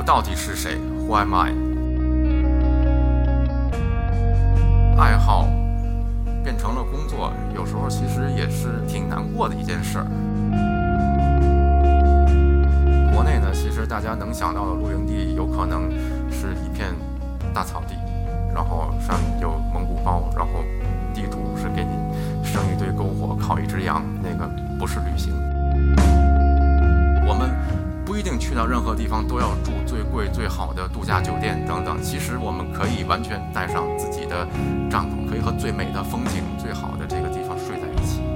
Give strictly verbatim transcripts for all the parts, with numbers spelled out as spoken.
到底是谁 ？Who am I？ 爱好变成了工作，有时候其实也是挺难过的一件事儿。国内呢，其实大家能想到的露营地，有可能是一片大草地，然后上面有蒙古包，然后地图是给你生一堆篝火，烤一只羊，那个不是旅行。我们不一定去到任何地方都要住最贵最好的度假酒店等等，其实我们可以完全带上自己的帐篷，可以和最美的风景、最好的这个地方睡在一起。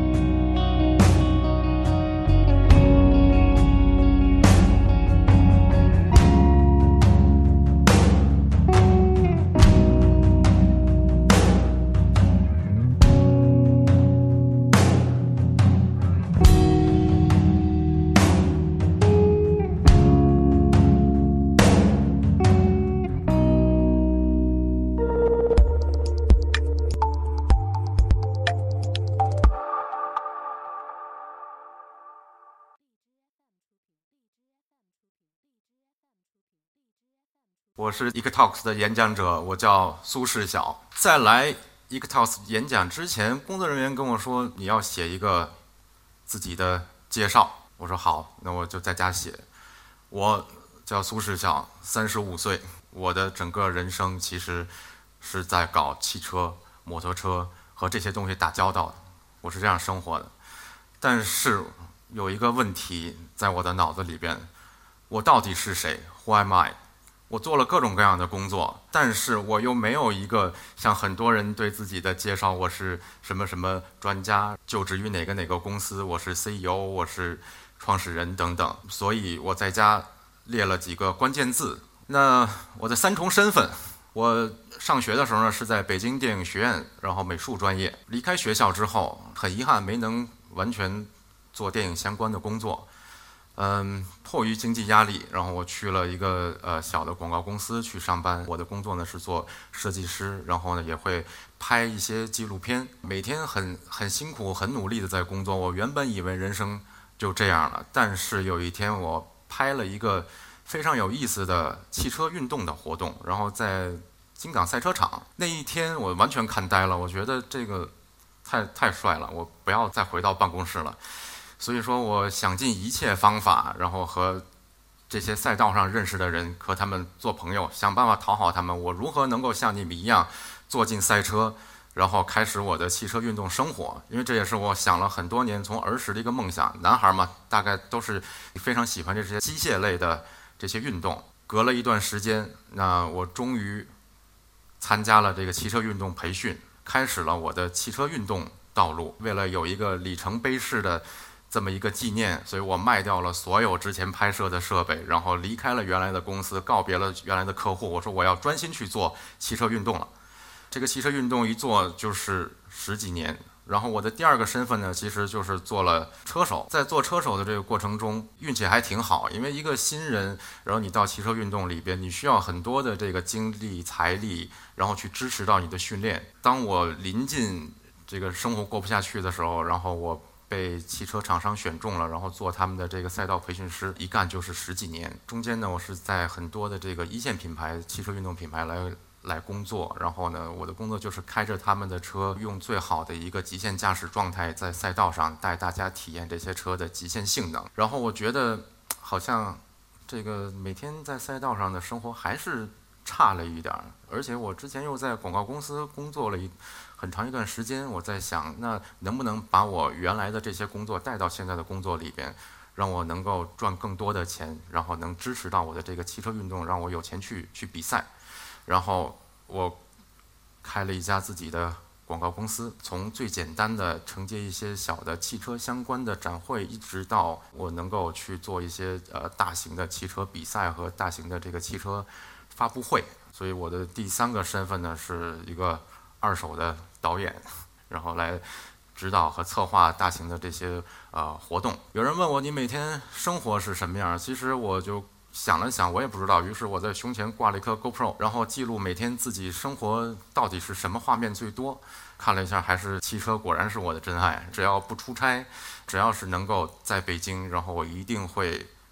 我是 E K Talks 的演讲者，我叫苏世晓。在来 E K Talks 演讲之前，工作人员跟我说你要写一个自己的介绍。我说好，那我就在家写。我叫苏世晓，三十五岁，我的整个人生其实是在搞汽车、摩托车和这些东西打交道的，我是这样生活的。但是有一个问题在我的脑子里边，我到底是谁 ？Who am I？我做了各种各样的工作，但是我又没有一个像很多人对自己的介绍，我是什么什么专家，就职于哪个哪个公司，我是 C E O， 我是创始人等等。所以我在家列了几个关键字。那我的三重身份，我上学的时候呢是在北京电影学院，然后美术专业。离开学校之后，很遗憾没能完全做电影相关的工作。嗯，迫于经济压力，然后我去了一个呃小的广告公司去上班。我的工作呢是做设计师，然后呢也会拍一些纪录片，每天很很辛苦、很努力的在工作。我原本以为人生就这样了，但是有一天我拍了一个非常有意思的汽车运动的活动，然后在金港赛车场。那一天我完全看呆了，我觉得这个太太帅了，我不要再回到办公室了。所以说我想尽一切方法，然后和这些赛道上认识的人和他们做朋友，想办法讨好他们。我如何能够像你们一样坐进赛车，然后开始我的汽车运动生活？因为这也是我想了很多年，从儿时的一个梦想。男孩嘛，大概都是非常喜欢这些机械类的这些运动。隔了一段时间，那我终于参加了这个汽车运动培训，开始了我的汽车运动道路。为了有一个里程碑式的这么一个纪念，所以我卖掉了所有之前拍摄的设备，然后离开了原来的公司，告别了原来的客户。我说我要专心去做汽车运动了。这个汽车运动一做就是十几年。然后我的第二个身份呢，其实就是做了车手。在做车手的这个过程中，运气还挺好，因为一个新人，然后你到汽车运动里边，你需要很多的这个精力、财力，然后去支持到你的训练。当我临近这个生活过不下去的时候，然后我被汽车厂商选中了，然后做他们的这个赛道培训师，一干就是十几年。中间呢，我是在很多的这个一线品牌、汽车运动品牌来来工作，然后呢，我的工作就是开着他们的车，用最好的一个极限驾驶状态，在赛道上带大家体验这些车的极限性能。然后我觉得，好像这个每天在赛道上的生活还是差了一点儿，而且我之前又在广告公司工作了一很长一段时间，我在想，那能不能把我原来的这些工作带到现在的工作里边，让我能够赚更多的钱，然后能支持到我的这个汽车运动，让我有钱去去比赛。然后我开了一家自己的广告公司，从最简单的承接一些小的汽车相关的展会，一直到我能够去做一些呃大型的汽车比赛和大型的这个汽车发布会。所以我的第三个身份呢，是一个二手的导演，然后来指导和策划大型的这些呃活动。有人问我你每天生活是什么样，其实我就想了想，我也不知道。于是我在胸前挂了一颗 GoPro， 然后记录每天自己生活到底是什么画面最多。看了一下，还是汽车果然是我的真爱。只要不出差，只要是能够在北京，然后我一定会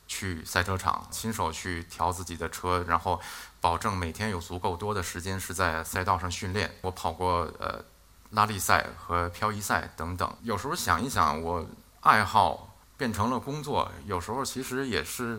去赛车场，亲手去调自己的车，然后保证每天有足够多的时间是在赛道上训练。我跑过呃拉力赛和漂移赛等等。有时候想一想，我爱好变成了工作，有时候其实也是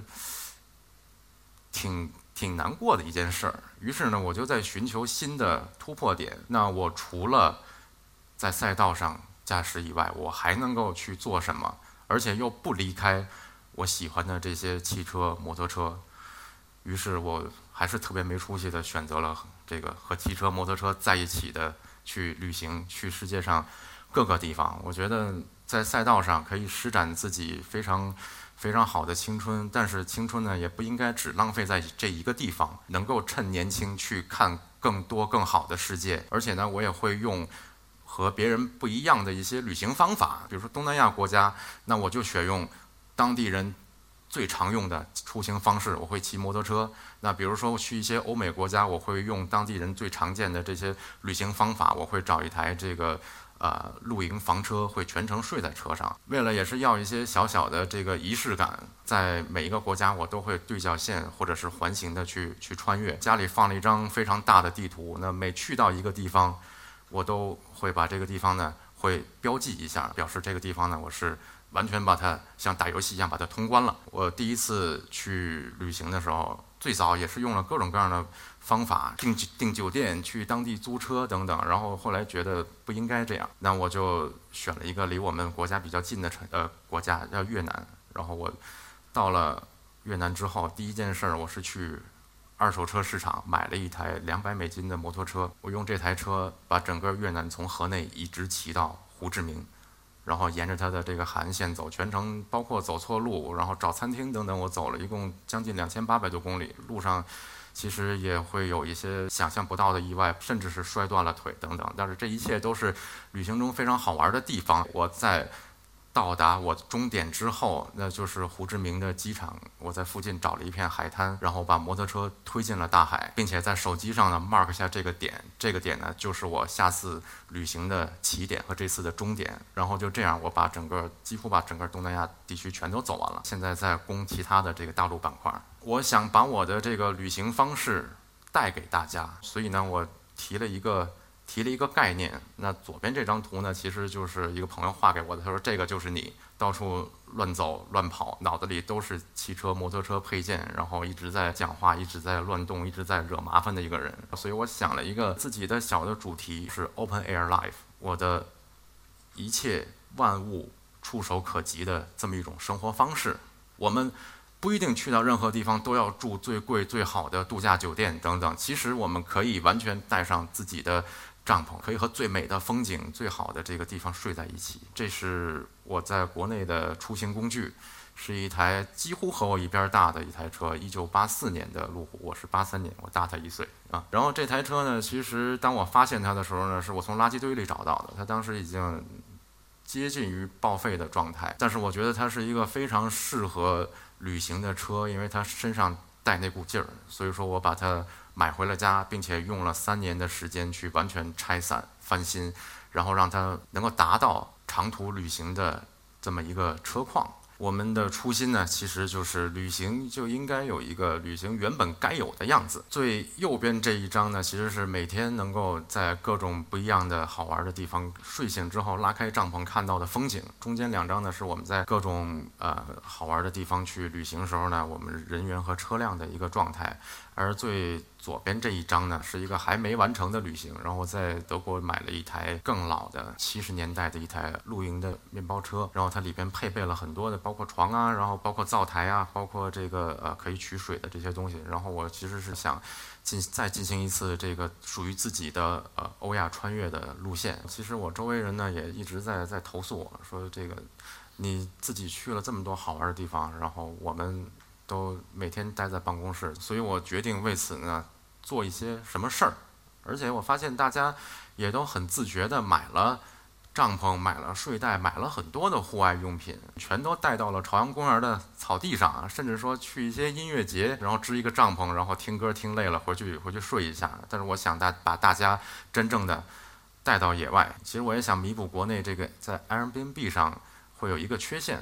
挺挺难过的一件事儿。于是呢，我就在寻求新的突破点。那我除了在赛道上驾驶以外，我还能够去做什么？而且又不离开我喜欢的这些汽车、摩托车。于是我还是特别没出息的选择了这个和汽车、摩托车在一起的去旅行，去世界上各个地方。我觉得在赛道上可以施展自己非常非常好的青春，但是青春呢也不应该只浪费在这一个地方，能够趁年轻去看更多更好的世界。而且呢，我也会用和别人不一样的一些旅行方法，比如说东南亚国家，那我就选用当地人最常用的出行方式，我会骑摩托车。那比如说我去一些欧美国家，我会用当地人最常见的这些旅行方法，我会找一台这个呃露营房车，会全程睡在车上。为了也是要一些小小的这个仪式感，在每一个国家我都会对角线或者是环形的去去穿越。家里放了一张非常大的地图，那每去到一个地方，我都会把这个地方呢会标记一下，表示这个地方呢我是完全把它像打游戏一样把它通关了。我第一次去旅行的时候，最早也是用了各种各样的方法，订订酒店、去当地租车等等。然后后来觉得不应该这样，那我就选了一个离我们国家比较近的城呃国家，叫越南。然后我到了越南之后，第一件事我是去二手车市场买了一台两百美金的摩托车。我用这台车把整个越南从河内一直骑到胡志明，然后沿着它的这个海岸线走，全程包括走错路，然后找餐厅等等，我走了一共将近两千八百多公里。路上其实也会有一些想象不到的意外，甚至是摔断了腿等等。但是这一切都是旅行中非常好玩的地方。我在到达我终点之后，那就是胡志明的机场。我在附近找了一片海滩，然后把摩托车推进了大海，并且在手机上呢 mark 下这个点。这个点呢，就是我下次旅行的起点和这次的终点。然后就这样，我把整个几乎把整个东南亚地区全都走完了。现在在攻其他的这个大陆板块。我想把我的这个旅行方式带给大家，所以呢，我提了一个。提了一个概念，那左边这张图呢，其实就是一个朋友画给我的。他说这个就是你到处乱走乱跑，脑子里都是汽车、摩托车配件，然后一直在讲话，一直在乱动，一直在惹麻烦的一个人。所以我想了一个自己的小的主题，是 Open Air Life， 我的一切万物触手可及的这么一种生活方式。我们不一定去到任何地方都要住最贵最好的度假酒店等等，其实我们可以完全带上自己的帐篷，可以和最美的风景、最好的这个地方睡在一起。这是我在国内的出行工具，是一台几乎和我一边大的一台车，一九八四年的路虎，我是八三年，我大它一岁啊。然后这台车呢，其实当我发现它的时候呢，是我从垃圾堆里找到的，它当时已经接近于报废的状态，但是我觉得它是一个非常适合旅行的车，因为它身上带那股劲儿，所以说我把它买回了家，并且用了三年的时间去完全拆散翻新，然后让它能够达到长途旅行的这么一个车况。我们的初心呢，其实就是旅行就应该有一个旅行原本该有的样子。最右边这一张呢，其实是每天能够在各种不一样的好玩的地方睡醒之后拉开帐篷看到的风景。中间两张呢，是我们在各种呃好玩的地方去旅行时候呢，我们人员和车辆的一个状态。而最左边这一张呢，是一个还没完成的旅行，然后在德国买了一台更老的七十年代的一台露营的面包车，然后它里边配备了很多的，包括床啊，然后包括灶台啊，包括这个呃可以取水的这些东西。然后我其实是想进再进行一次这个属于自己的呃欧亚穿越的路线。其实我周围人呢也一直在在投诉我说，这个你自己去了这么多好玩的地方，然后我们都每天待在办公室，所以我决定为此呢做一些什么事儿。而且我发现大家也都很自觉地买了帐篷，买了睡袋，买了很多的户外用品，全都带到了朝阳公园的草地上啊，甚至说去一些音乐节，然后支一个帐篷，然后听歌听累了回去回去睡一下。但是我想大把大家真正的带到野外。其实我也想弥补国内这个在 Airbnb 上会有一个缺陷，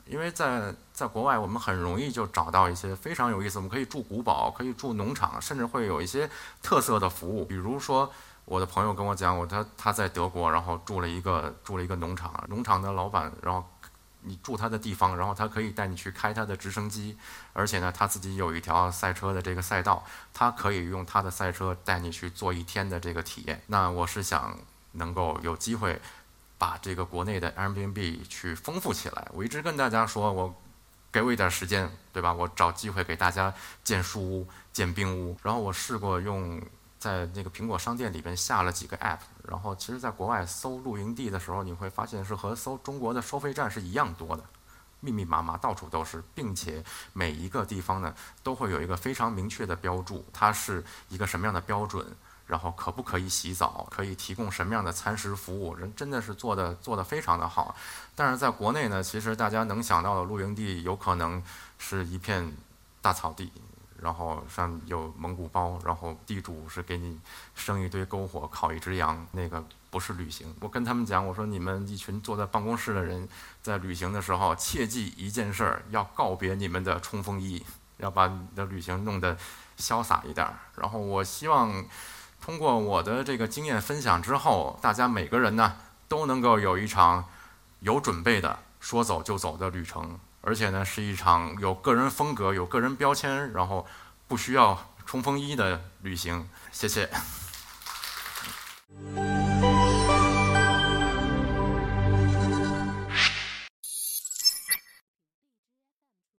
因为在在国外我们很容易就找到一些非常有意思，我们可以住古堡，可以住农场，甚至会有一些特色的服务。比如说我的朋友跟我讲，我他他在德国，然后住了一个住了一个农场，农场的老板，然后你住他的地方，然后他可以带你去开他的直升机，而且呢他自己有一条赛车的这个赛道，他可以用他的赛车带你去做一天的这个体验。那我是想能够有机会把这个国内的 Airbnb 去丰富起来。我一直跟大家说，我给我一点时间，对吧？我找机会给大家建书屋、建冰屋。然后我试过用在那个苹果商店里边下了几个 app， 然后其实在国外搜露营地的时候，你会发现是和搜中国的收费站是一样多的，密密麻麻，到处都是，并且每一个地方呢都会有一个非常明确的标注，它是一个什么样的标准。然后可不可以洗澡，可以提供什么样的餐食服务，人真的是做的做得非常的好。但是在国内呢，其实大家能想到的露营地有可能是一片大草地，然后上有蒙古包，然后地主是给你生一堆篝火，烤一只羊，那个不是旅行。我跟他们讲，我说你们一群坐在办公室的人，在旅行的时候切记一件事儿，要告别你们的冲锋衣，要把你的旅行弄得潇洒一点。然后我希望通过我的这个经验分享之后，大家每个人呢都能够有一场有准备的说走就走的旅程，而且呢是一场有个人风格、有个人标签，然后不需要冲锋衣的旅行。谢谢。